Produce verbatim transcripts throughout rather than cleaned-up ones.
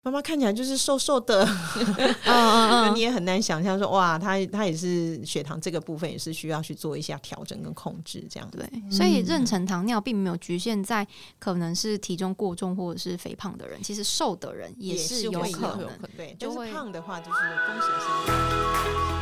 妈妈看起来就是瘦瘦的嗯嗯嗯你也很难想象说哇他他也是血糖这个部分也是需要去做一下调整跟控制这样。 对，所以妊娠糖尿并没有局限在可能是体重过重或者是肥胖的人，其实瘦的人也是有可能， 对，就会胖的话就是风险相对。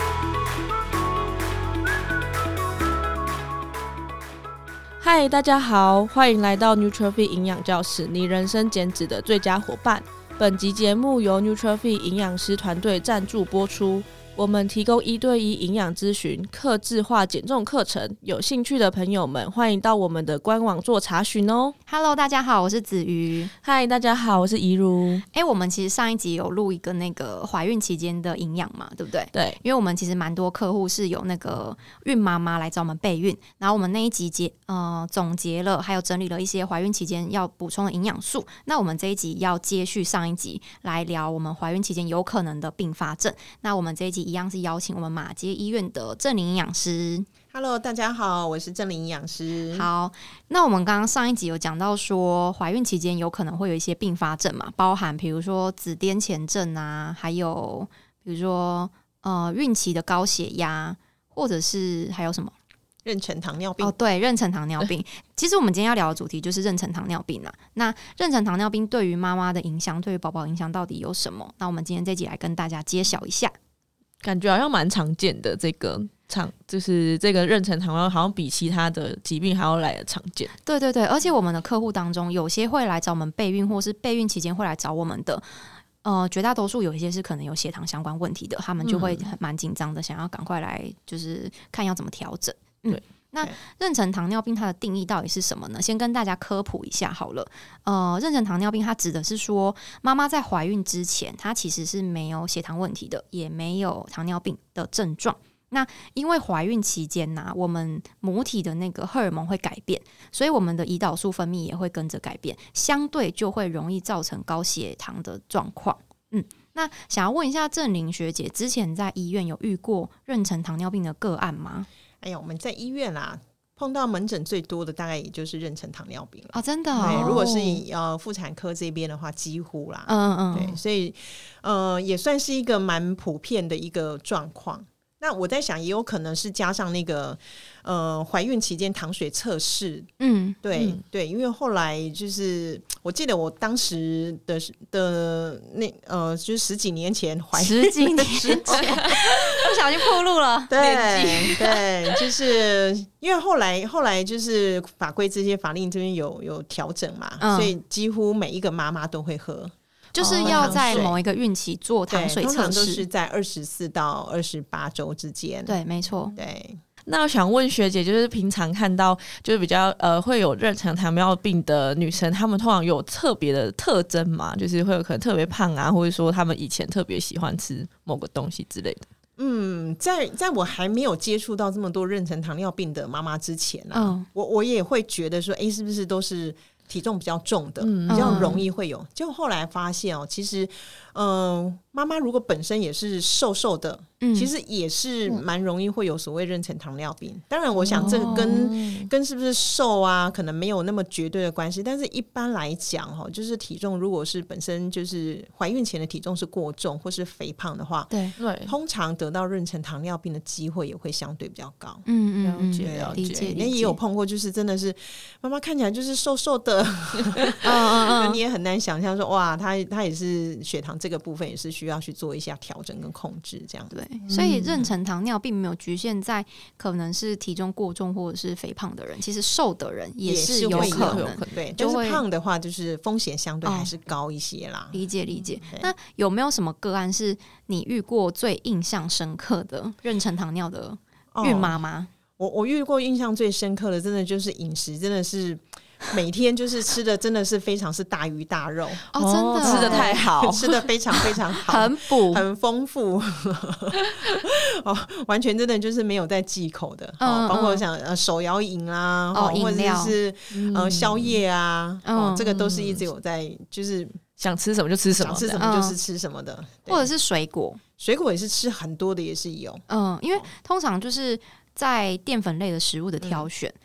嗨，大家好，欢迎来到 Nutrify 营养教室，你人生减脂的最佳伙伴。本集节目由 Nutrify 营养师团队赞助播出。我们提供一对一营养咨询、客制化减重课程，有兴趣的朋友们欢迎到我们的官网做查询哦。 Hello， 大家好，我是子瑜。 嗨，大家好，我是怡如。 哎，我们其实上一集有录一个那个怀孕期间的营养嘛，对不对？ 对， 因为我们其实蛮多客户是有那个孕妈妈来找我们备孕，然后我们那一集结呃总结了，还有整理了一些怀孕期间要补充的营养素。那我们这一集要接续上一集来聊我们怀孕期间有可能的并发症。那我们这一集一样是邀请我们马偕医院的郑玲营养师。 Hello， 大家好，我是郑玲营养师。 好，那我们刚刚上一集有讲到说，怀孕期间有可能会有一些并发症嘛，包含比如说子癫前症啊，还有比如说呃孕期的高血压，或者是还有什么？ 妊娠糖尿病。 哦，对，妊娠糖尿病。其实我们今天要聊的主题就是妊娠糖尿病啦。那妊娠糖尿病对于妈妈的影响，对于宝宝影响到底有什么？那我们今天这集来跟大家揭晓一下。 感觉好像蛮常见的，这个常就是这个妊娠糖尿病好像比其他的疾病还要来的常见。 对对对，而且我们的客户当中，有些会来找我们备孕，或是备孕期间会来找我们的。呃，绝大多数有一些是可能有血糖相关问题的，他们就会蛮紧张的，想要赶快来就是看要怎么调整。嗯，那妊娠糖尿病它的定义到底是什么呢？先跟大家科普一下好了。呃，妊娠糖尿病它指的是说，妈妈在怀孕之前，她其实是没有血糖问题的，也没有糖尿病的症状。那因为怀孕期间呢、啊，我们母体的那个荷尔蒙会改变，所以我们的胰岛素分泌也会跟着改变，相对就会容易造成高血糖的状况。嗯，那想要问一下郑玲学姐，之前在医院有遇过妊娠糖尿病的个案吗？ 哎呀，我们在医院啊，碰到门诊最多的大概也就是妊娠糖尿病了。 哦，真的、哦？ 对，如果是以呃妇产科这边的话，几乎啦。 嗯嗯， 对，所以呃也算是一个蛮普遍的一个状况。那我在想，也有可能是加上那个呃怀孕期间糖水测试，嗯，对、嗯、对，因为后来就是我记得我当时的的那呃就是十几年前怀十几年前不小心暴露了， 对对，就是因为后来后来就是法规这些法令这边有有调整嘛、嗯，所以几乎每一个妈妈都会喝。 就是要在某一个孕期做糖水测试， 通常都是在二十四到二十八周之间。 对，没错。 对， 那我想问学姐，就是平常看到就是比较呃会有妊娠糖尿病的女生，她们通常有特别的特征吗？就是会有可能特别胖啊，或者说她们以前特别喜欢吃某个东西之类的。 嗯，在在我还没有接触到这么多妊娠糖尿病的妈妈之前啊，嗯、我我也会觉得说，哎，是不是都是体重比较重的，嗯、比较容易会有。结果后来发现哦，其实，嗯、呃，妈妈如果本身也是瘦瘦的，嗯、其实也是蛮容易会有所谓妊娠糖尿病。当然，我想这个跟、哦、跟是不是瘦啊，可能没有那么绝对的关系。但是一般来讲，哈，就是体重如果是本身就是怀孕前的体重是过重或是肥胖的话， 对对，通常得到妊娠糖尿病的机会也会相对比较高。 嗯嗯， 了解了解。 因为也有碰过，就是真的是妈妈看起来就是瘦瘦的。嗯嗯嗯，你也很难想象说哇，他他也是血糖这个部分也是需要去做一下调整跟控制这样。 对，所以妊娠糖尿并没有局限在可能是体重过重或者是肥胖的人，其实瘦的人也是有可能。 对，但是胖的话就是风险相对还是高一些啦。 哦、理解理解。那有没有什么个案是你遇过最印象深刻的妊娠糖尿的孕妈妈？哦、 我我遇过印象最深刻的，真的就是饮食真的是。每天就是吃的真的是非常是大鱼大肉哦，真的吃的太好， 吃的非常非常好， 很补很丰富哦，完全真的就是没有在忌口的，嗯、哦，包括像呃手摇饮啊， 哦， 或者是、嗯、呃宵夜啊，嗯、哦，这个都是一直有在就是想吃什么就吃什么， 想吃什么就是吃什么的，嗯、 或者是水果， 水果也是吃很多的，也是有， 嗯，因为通常就是在淀粉类的食物的挑选。嗯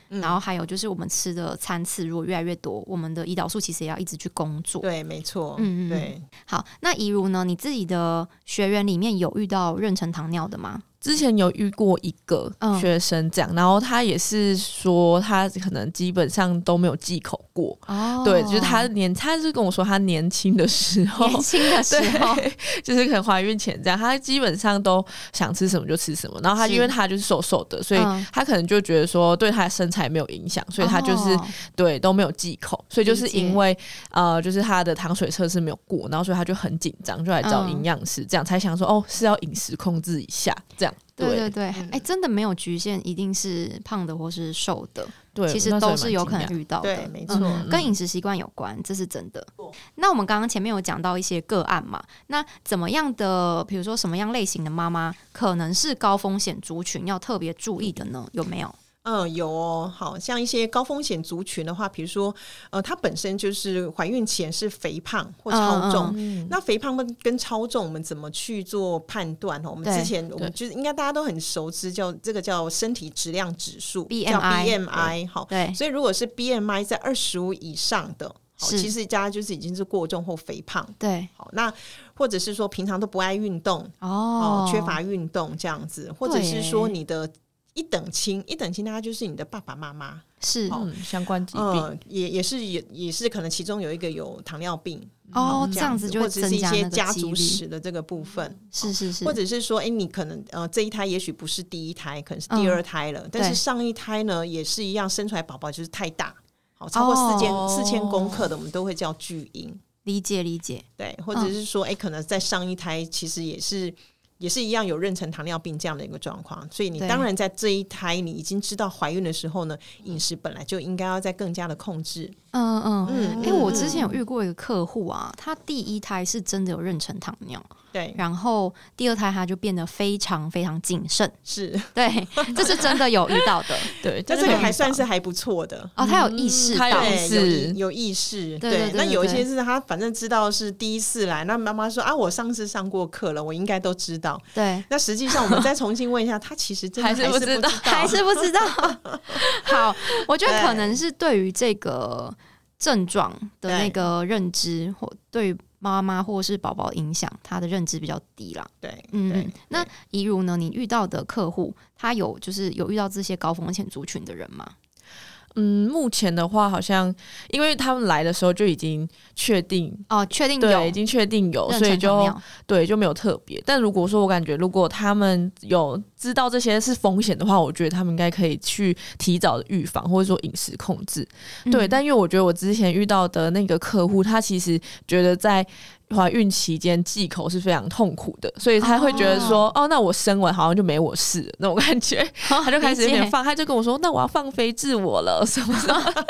嗯、然后还有就是我们吃的餐次如果越来越多，我们的胰岛素其实也要一直去工作。 对，没错。嗯嗯，对。 好，那怡如呢？你自己的学员里面有遇到妊娠糖尿的吗？ 之前有遇过一个学生这样、嗯、然后他也是说他可能基本上都没有忌口过、哦、对，就是他年他是跟我说他年轻的时候年轻的时候就是可能怀孕前这样，他基本上都想吃什么就吃什么，然后他因为他就是瘦瘦的，所以他可能就觉得说对他的身材没有影响，所以他就是、哦、对都没有忌口，所以就是因为呃就是他的糖水测试没有过，然后所以他就很紧张，就来找营养师，这样才想说哦是要饮食控制一下这样。 对对对，哎、嗯欸，真的没有局限，一定是胖的或是瘦的， 对， 其实都是有可能遇到的， 对，没错、 嗯，跟饮食习惯有关，这是真的。那我们刚刚前面有讲到一些个案嘛，那怎么样的，比如说什么样类型的妈妈可能是高风险族群要特别注意的呢？有没有？ 嗯，有哦。好像一些高风险族群的话，比如说，呃，她本身就是怀孕前是肥胖或超重，嗯嗯，那肥胖跟超重，我们怎么去做判断？我们之前我们就是应该大家都很熟知，叫这个叫身体质量指数 B M I， 叫 B M I。好，对，所以如果是 B M I 在二十五以上的，其实大家就是已经是过重或肥胖。 对， 好，那或者是说平常都不爱运动，哦，缺乏运动这样子，或者是说你的一等亲，一等亲大概就是你的爸爸妈妈， 是、 嗯、相关疾病， 呃、也也是也也是可能其中有一个有糖尿病哦，这样子就会增加那个几率，或者是一些家族史的这个部分， 是是是， 或者是说，哎，你可能呃这一胎也许不是第一胎，可能是第二胎了，嗯、但是上一胎呢也是一样，生出来宝宝就是太大，好超过四千四千公克的，我们都会叫巨婴。 理解理解， 对，或者是说，哎、嗯，可能在上一胎其实也是。也是一样有妊娠糖尿病这样的一个状况，所以你当然在这一胎你已经知道怀孕的时候呢，饮食本来就应该要再更加的控制。 嗯嗯嗯，哎、欸，我之前有遇过一个客户啊，他第一胎是真的有妊娠糖尿， 对， 然后第二胎他就变得非常非常谨慎， 是对，这是真的有遇到的， 对，但这个还算是还不错的哦，他有意识到， 他有意识，有意识，对， 对对对对， 那有一些是他反正知道是第一次来，那妈妈说啊，我上次上过课了，我应该都知道， 对， 那实际上我们再重新问一下，他其实真的还是不知道， 还是不知道。好，我觉得可能是对于这个症状的那个认知，或对于妈妈或是宝宝影响，他的认知比较低啦。 对， 嗯，对，那怡如呢？你遇到的客户，他有就是有遇到这些高风险族群的人吗？ 嗯，目前的话，好像因为他们来的时候就已经确定哦，确定有， 对，已经确定有，所以就对就没有特别。但如果说我感觉，如果他们有知道这些是风险的话，我觉得他们应该可以去提早的预防，或者说饮食控制。嗯、对，但因为我觉得我之前遇到的那个客户，他其实觉得在怀孕期间忌口是非常痛苦的，所以他会觉得说 哦, 哦那我生完好像就没我事了那种感觉、哦、他就开始有点放，他就跟我说那我要放飞自我了什么什么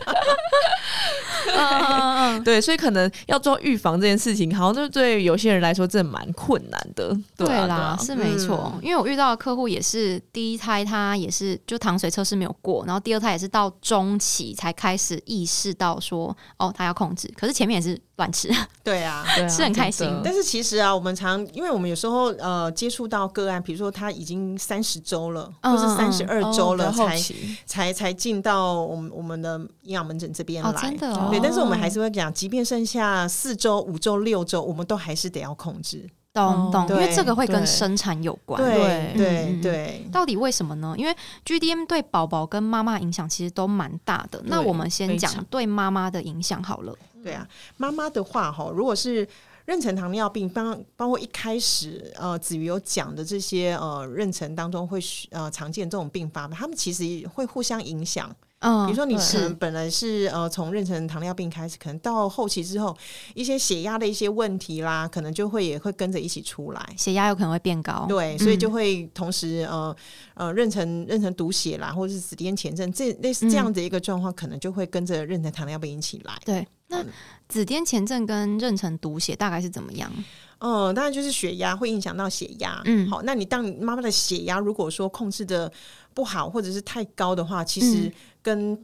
对, 对，所以可能要做预防这件事情好像对有些人来说真的蛮困难的。 对, 啊对啦、 啊、 是没错、嗯、因为我遇到的客户也是第一胎他也是就糖水测试没有过，然后第二胎也是到中期才开始意识到说哦他要控制，可是前面也是乱吃。 对啊， 对啊，是很开心。 但是其实啊，我们常因为我们有时候呃接触到个案，比如说他已经三十周了，嗯、或是三十二周了，哦、才才才进到我们我们的营养门诊这边来。 哦，真的哦。 对，但是我们还是会讲，即便剩下四周、五周、六周，我们都还是得要控制。 懂懂，因为这个会跟生产有关。 对对、嗯、对， 到底为什么呢？因为 G D M 对宝宝跟妈妈影响其实都蛮大的。那我们先讲对妈妈的影响好了。 对啊，妈妈的话哈，如果是妊娠糖尿病，包包括一开始呃子瑜有讲的这些呃妊娠当中会呃常见这种并发，他们其实会互相影响。嗯，比如说你可能本来是呃从妊娠糖尿病开始，可能到后期之后，一些血压的一些问题啦，可能就会也会跟着一起出来， 血压有可能会变高， 对，所以就会同时呃呃妊娠妊娠毒血啦，或者是子癜前症，这类似这样的一个状况，嗯、可能就会跟着妊娠糖尿病一起来。 对，那子癜前症跟妊娠毒血大概是怎么样？ 嗯，当然就是血压会影响到血压。嗯，好，那你当妈妈的血压如果说控制的不好或者是太高的话，其实跟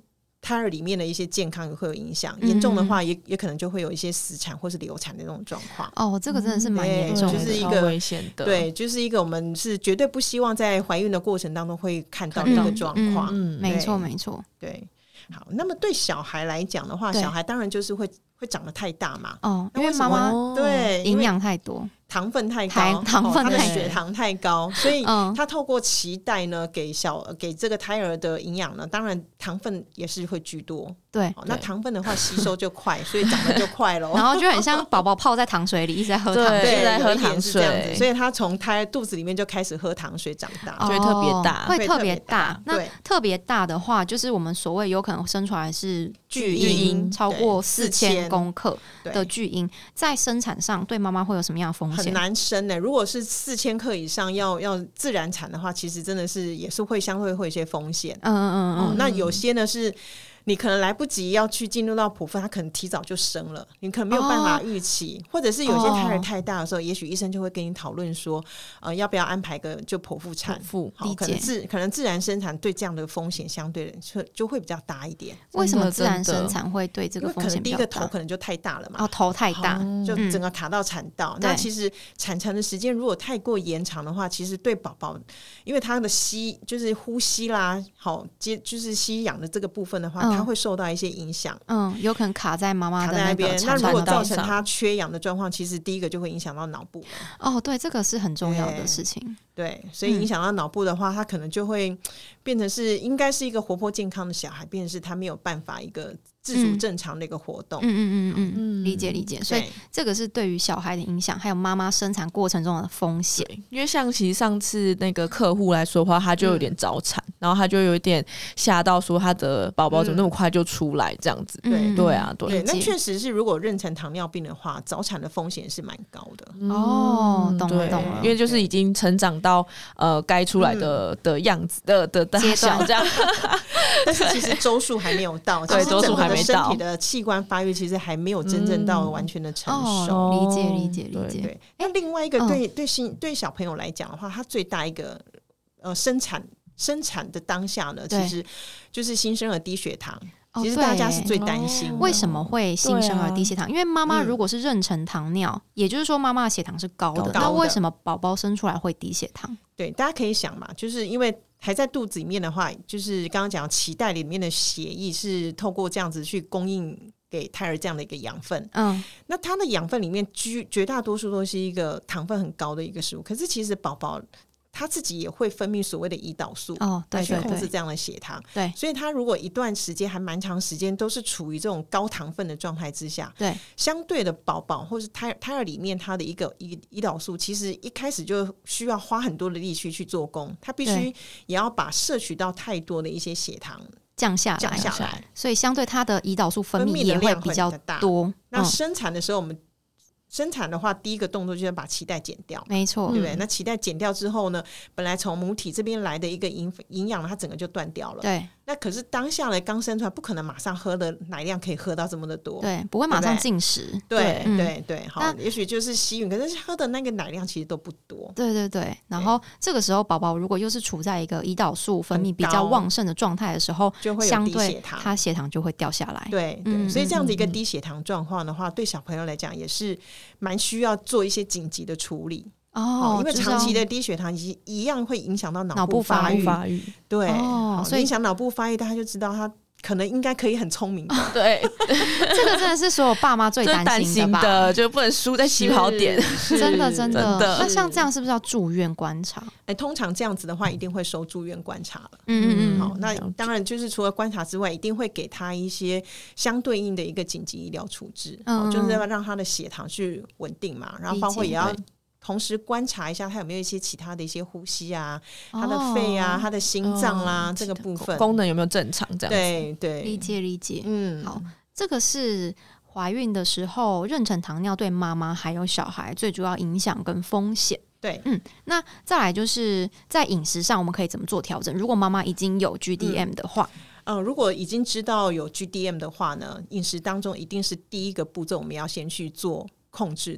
胎儿里面的一些健康也会有影响，严重的话也也可能就会有一些死产或是流产的那种状况。 哦，这个真的是蛮严重的， 就是一个危险的。 对，就是一个我们是绝对不希望在怀孕的过程当中会看到的一个状况。 嗯，没错没错。 对，好，那么对小孩来讲的话，小孩当然就是会会长得太大嘛。 哦，因为妈妈对营养太多。 糖分太高， 糖分他的血糖太高，所以他透过脐带呢给小给这个胎儿的营养呢，当然糖分也是会居多。 对， 那糖分的话吸收就快，所以长得就快咯。 然后就很像宝宝泡在糖水里一直在喝糖水， 对， 在喝糖水， 所以他从胎肚子里面就开始喝糖水长大， 就会特别大， 会特别大。那特别大的话，就是我们所谓有可能生出来是巨婴，超过四千公克的巨婴，在生产上对妈妈会有什么样的风险？ 很难生的、欸。如果是四千克以上要要自然产的话，其实真的是也是会相对会有一些风险。嗯嗯嗯、哦，那有些呢是你可能来不及要去进入到剖腹，他可能提早就生了，你可能没有办法预期、哦、或者是有些胎儿太大的时候、哦、也许医生就会跟你讨论说呃，要不要安排个就剖腹产，好，可能自可能自然生产对这样的风险相对就就会比较大一点。 为什么自然生产会对这个风险比较大？ 因为可能第一个头可能就太大了嘛， 哦，头太大、 哦、就整个卡到产道、嗯、那其实产程的时间如果太过延长的话，其实对宝宝因为他的吸就是呼吸啦，好接就是吸氧的这个部分的话、嗯、他会受到一些影响，嗯， 有可能卡在妈妈的那边。 那如果造成他缺氧的状况，其实第一个就会影响到脑部了。 哦，对，这个是很重要的事情。 对，所以影响到脑部的话、嗯、他可能就会变成是应该是一个活泼健康的小孩，变成是他没有办法一个自主正常的一个活动。嗯嗯嗯嗯，理解理解。所以这个是对于小孩的影响，还有妈妈生产过程中的风险。 因为像其实上次那个客户来说的话，他就有点早产、嗯、然后他就有点吓到说他的宝宝怎么那么快就出来这样子。对、嗯、对啊，对。 对，那确实是如果妊娠糖尿病的话，早产的风险是蛮高的。 嗯、哦，懂了懂了。 因为就是已经成长到呃该出来的、嗯、的样子的的大小这样。 但是其实周数还没有到， 对，周数还没到， 身体的器官发育其实还没有真正到完全的成熟。 嗯哦、理解理解理解。 对，那另外一个对、嗯、对新对小朋友来讲的话，他最大一个呃生产生产的当下呢，其实就是新生儿低血糖。其实大家是最担心的、 哦、为什么会新生儿低血糖、啊、因为妈妈如果是妊娠糖尿、嗯、也就是说妈妈的血糖是高的，那为什么宝宝生出来会低血糖？ 对，大家可以想嘛，就是因为还在肚子里面的话，就是刚刚讲脐带里面的血液是透过这样子去供应给胎儿这样的一个养分，嗯，那它的养分里面绝绝大多数都是一个糖分很高的一个食物，可是其实宝宝他自己也会分泌所谓的胰岛素，哦，对对对，来去控制这样的血糖，对，所以他如果一段时间还蛮长时间都是处于这种高糖分的状态之下，对，相对的宝宝或是胎胎儿里面他的一个胰胰岛素，其实一开始就需要花很多的力气去做工，他必须也要把摄取到太多的一些血糖降下来， 降下来， 所以相对它的胰岛素分泌也会比较多。 那生产的时候，我们生产的话，第一个动作就是把脐带剪掉， 没错， 对不对？嗯、那脐带剪掉之后呢，本来从母体这边来的一个营营养，它整个就断掉了。对。那可是当下来刚生出来，不可能马上喝的奶量可以喝到这么的多， 对，不会马上进食， 对对 对, 对, 对，好，也许就是吸吮，可是喝的那个奶量其实都不多， 对对对。然后这个时候宝宝如果又是处在一个胰岛素分泌比较旺盛的状态的时候， 就会有低血糖， 他血糖就会掉下来， 对对、嗯。所以这样子一个低血糖状况的话、嗯，对小朋友来讲也是蛮需要做一些紧急的处理。哦，因为长期的低血糖一样会影响到脑部发育， 发育对，哦、所以影响脑部发育，大家就知道他可能应该可以很聪明的。 对， 这个真的是所有爸妈最担心的吧？ 的就不能输在起跑点， 真的真的。那像这样是不是要住院观察？ 哎、欸，通常这样子的话，一定会收住院观察了。嗯嗯嗯。好，那当然就是除了观察之外，一定会给他一些相对应的一个紧急医疗处置，嗯，就是要让他的血糖去稳定嘛，然后包括也要。同时观察一下他有没有一些其他的一些呼吸啊，哦、他的肺啊，他的心脏啦、啊哦，这个部分功能有没有正常？这样子， 对对， 理解理解。嗯，好，这个是怀孕的时候妊娠糖尿对妈妈还有小孩最主要影响跟风险。 对， 嗯，那再来就是在饮食上我们可以怎么做调整？如果妈妈已经有 G D M 的话。 嗯呃，如果已经知道有 G D M 的话呢，饮食当中一定是第一个步骤我们要先去做控制的。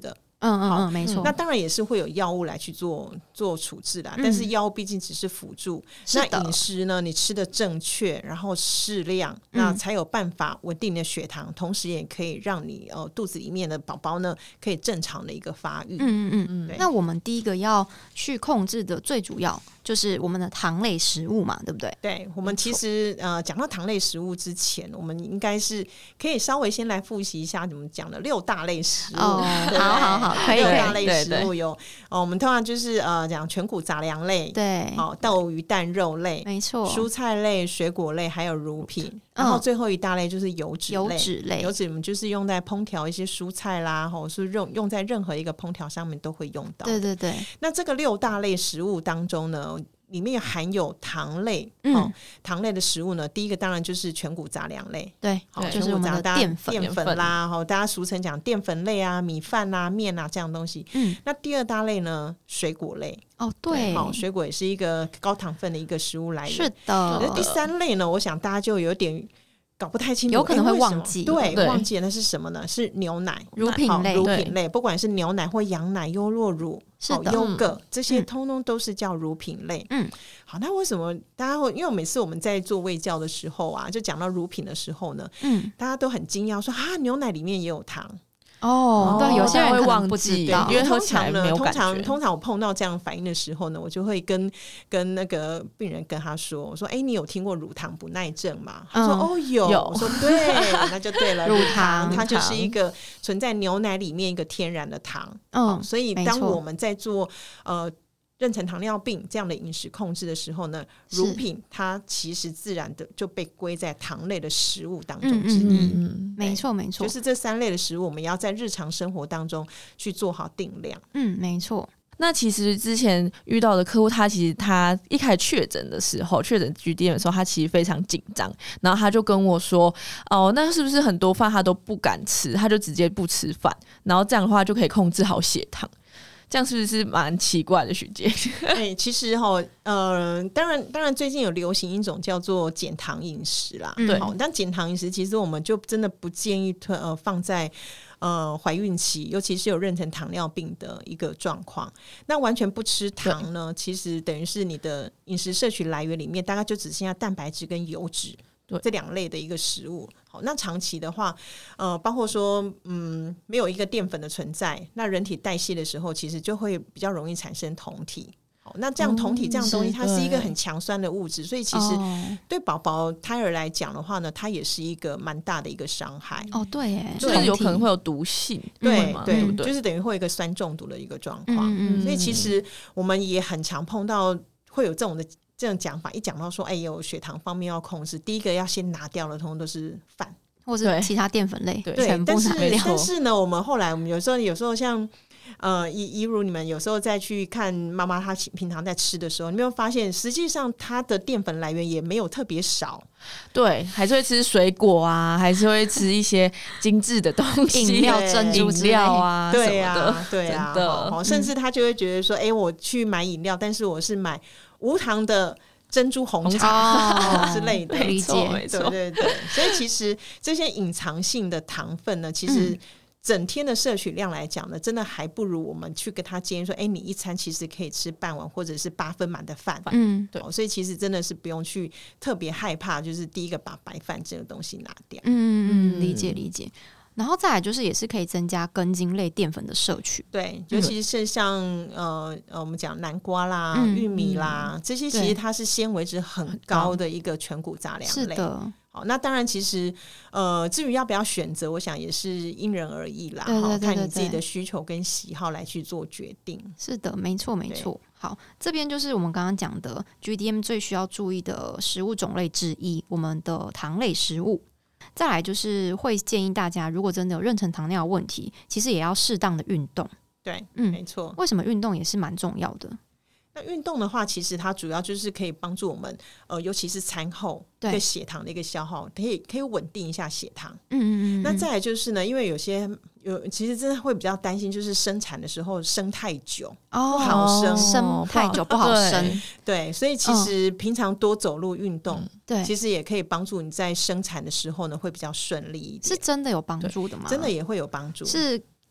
嗯嗯嗯，没错。 那当然也是会有药物来去做做处置啦，嗯、但是药物毕竟只是辅助。那饮食呢，你吃的正确，然后适量，嗯、那才有办法稳定你的血糖，同时也可以让你呃肚子里面的宝宝呢可以正常的一个发育。 嗯嗯嗯。那我们第一个要去控制的最主要就是我们的糖类食物嘛，对不对？ 对，我们其实呃讲到糖类食物之前，我们应该是可以稍微先来复习一下怎么讲的六大类食物。 哦，好好好，可以。 六大类食物有哦，我们通常就是呃讲全谷杂粮类， 对， 哦豆鱼蛋肉类， 没错， 蔬菜类、水果类，还有乳品。然后最后一大类就是油脂类， 油脂类， 油脂我们就是用在烹调一些蔬菜啦，或者是用用在任何一个烹调上面都会用到。 对对对。 那这个六大类食物当中呢，里面含有糖类，嗯、哦，糖类的食物呢，第一个当然就是全谷杂粮类， 对， 好， 就是我们的淀粉、 淀粉啦，好，大家俗称讲淀粉类啊，米饭啊、面啊这样东西。嗯，那第二大类呢，水果类。 哦，对， 好，水果也是一个高糖分的一个食物来源。 是的。 第三类呢，我想大家就有点搞不太清楚， 有可能会忘记， 对，对，忘记了那是什么呢？是牛奶、 乳品类、 乳品类，不管是牛奶或羊奶、优酪乳、 是的、 优格，这些通通都是叫乳品类。嗯，好，那为什么大家会？因为每次我们在做卫教的时候啊，就讲到乳品的时候呢，嗯，大家都很惊讶说啊，牛奶里面也有糖。 哦，对，有些人会忘记， 因为喝起来没有感觉。 通常通常我碰到这样反应的时候呢，我就会跟跟那个病人跟他说，我说：“哎，你有听过乳糖不耐症吗？”他说：“哦，有。”我说：“对，那就对了。乳糖它就是一个存在牛奶里面一个天然的糖。嗯，所以当我们在做呃。妊娠糖尿病这样的饮食控制的时候呢，乳品它其实自然的就被归在糖类的食物当中之一。嗯嗯嗯、没错没错， 就是这三类的食物，我们要在日常生活当中去做好定量。 嗯，没错。 那其实之前遇到的客户，他其实他一开始确诊的时候，确诊 G D M 的时候，他其实非常紧张，然后他就跟我说：“哦，那是不是很多饭他都不敢吃，他就直接不吃饭，然后这样的话就可以控制好血糖？”这样是不是蛮奇怪的，许姐？ 哎，其实哈，呃，当然，当然，最近有流行一种叫做减糖饮食啦，对、嗯，但减糖饮食其实我们就真的不建议呃放在呃怀孕期，尤其是有妊娠糖尿病的一个状况。那完全不吃糖呢，其实等于是你的饮食摄取来源里面大概就只剩下蛋白质跟油脂。对，这两类的一个食物。好，那长期的话，呃，包括说，嗯，没有一个淀粉的存在，那人体代谢的时候，其实就会比较容易产生酮体。好，那这样酮体这样东西，它是一个很强酸的物质，所以其实对宝宝胎儿来讲的话呢，它也是一个蛮大的一个伤害。 哦，对耶， 就是有可能会有毒性， 对对、 嗯， 就是等于会有一个酸中毒的一个状况。嗯嗯，所以其实我们也很常碰到会有这种的。这样讲法，一讲到说，哎，有血糖方面要控制，第一个要先拿掉的，通通都是饭或者其他淀粉类， 对， 全部拿掉。 但是呢，我们后来我们有时候有时候像呃，一一如你们有时候再去看妈妈她平常在吃的时候，你没有发现，实际上她的淀粉来源也没有特别少。 对，还是会吃水果啊，还是会吃一些精致的东西， 饮料、珍珠饮料啊， 对啊， 什么的对啊， 真的好，甚至他就会觉得说，哎、欸，我去买饮料，但是我是买无糖的珍珠红茶、哦、之类的， 理解， 对对对。所以其实这些隐藏性的糖分呢，其实、嗯。整天的摄取量来讲呢，真的还不如我们去跟他建议说，哎，你一餐其实可以吃半碗或者是八分满的饭。嗯，对，所以其实真的是不用去特别害怕，就是第一个把白饭这个东西拿掉。 嗯嗯，理解理解。然后再来就是也是可以增加根茎类淀粉的摄取， 对，尤其是像、嗯、呃我们讲南瓜啦、嗯、玉米啦、嗯、这些，其实它是纤维质很高的一个全谷杂粮类。是的。好，那当然其实呃至于要不要选择，我想也是因人而异啦，对对对对对，看你自己的需求跟喜好来去做决定。 是的，没错没错。好，这边就是我们刚刚讲的 G D M 最需要注意的食物种类之一，我们的糖类食物。再来就是会建议大家，如果真的有妊娠糖尿的问题，其实也要适当的运动。 对，嗯，没错。 为什么运动也是蛮重要的？ 那运动的话，其实它主要就是可以帮助我们，呃，尤其是餐后对血糖的一个消耗，可以可以稳定一下血糖。嗯嗯嗯。那再来就是呢，因为有些有其实真的会比较担心，就是生产的时候生太久，哦、不好生， 生太久不好生。 对，对，所以其实平常多走路运动，嗯、对，其实也可以帮助你在生产的时候呢会比较顺利一点。 是真的有帮助的吗？ 真的也会有帮助。 是。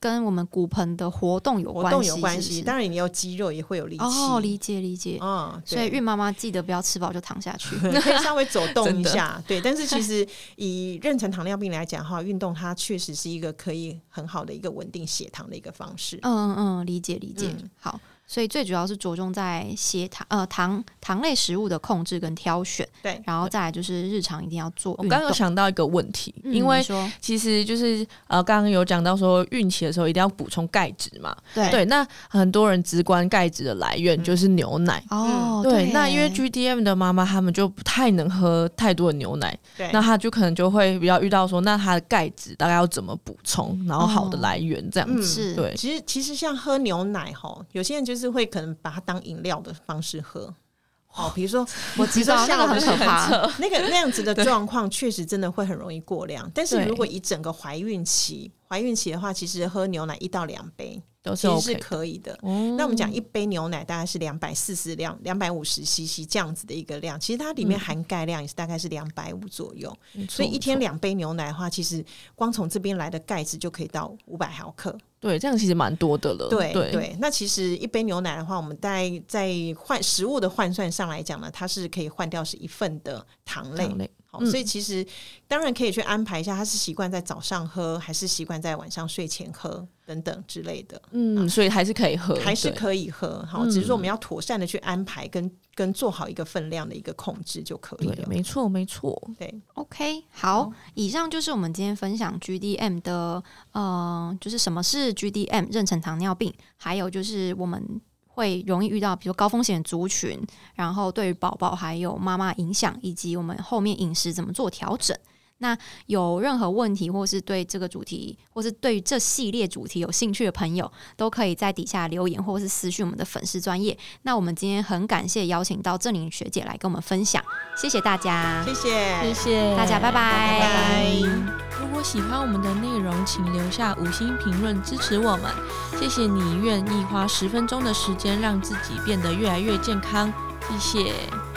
跟我们骨盆的活动有关系， 活动有关系。当然你有肌肉也会有力气。 哦，理解理解。嗯，所以孕妈妈记得不要吃饱就躺下去， 可以稍微走动一下。对，但是其实以妊娠糖尿病来讲哈，运动它确实是一个可以很好的一个稳定血糖的一个方式。 嗯嗯，理解理解。嗯、好。所以最主要是着重在血糖呃糖糖类食物的控制跟挑选， 对， 然后再来就是日常一定要做运动。 我刚刚有想到一个问题，嗯、因为其实就是呃刚刚有讲到说孕期的时候一定要补充钙质嘛， 对对，那很多人直观钙质的来源就是牛奶、 嗯、哦， 对， 对， 那因为 G D M 的妈妈她们就不太能喝太多的牛奶， 对， 那她就可能就会比较遇到说，那她的钙质大概要怎么补充，然后好的来源这样子， 哦嗯、 对， 其实其实像喝牛奶吼，有些人就是会可能把它当饮料的方式喝。哦，比如说， 我知道那个很可怕， 那个那样子的状况，确实真的会很容易过量。但是如果以整个怀孕期，怀孕期的话，其实喝牛奶一到两杯都是 OK 的， 其实是可以的。嗯、那我们讲一杯牛奶大概是两百四十量、两百五十 C C 这样子的一个量，其实它里面含钙量也是大概是两百五左右。嗯、所以一天两杯牛奶的话，其实光从这边来的钙质就可以到五百毫克。 对，这样其实蛮多的了。 对对, 对，那其实一杯牛奶的话，我们在在换食物的换算上来讲呢，它是可以换掉是一份的糖类。糖类好，嗯、所以其实当然可以去安排一下，他是习惯在早上喝，还是习惯在晚上睡前喝等等之类的。 嗯，啊、所以还是可以喝， 还是可以喝。好，只是说我们要妥善的去安排跟跟做好一个分量的一个控制就可以了。 对，没错没错。 对 ，OK， 好，以上就是我们今天分享 G D M 的呃，就是什么是 G D M 妊娠糖尿病，还有就是我们会容易遇到比如高风险族群，然后对于宝宝还有妈妈影响，以及我们后面饮食怎么做调整。那有任何问题，或是对这个主题，或是对于这系列主题有兴趣的朋友，都可以在底下留言，或是私讯我们的粉丝专页。那我们今天很感谢邀请到郑玲学姐来跟我们分享，谢谢大家， 谢谢， 谢谢大家，拜拜， 拜拜。 如果喜欢我们的内容，请留下五星评论支持我们。谢谢你愿意花十分钟的时间让自己变得越来越健康，谢谢。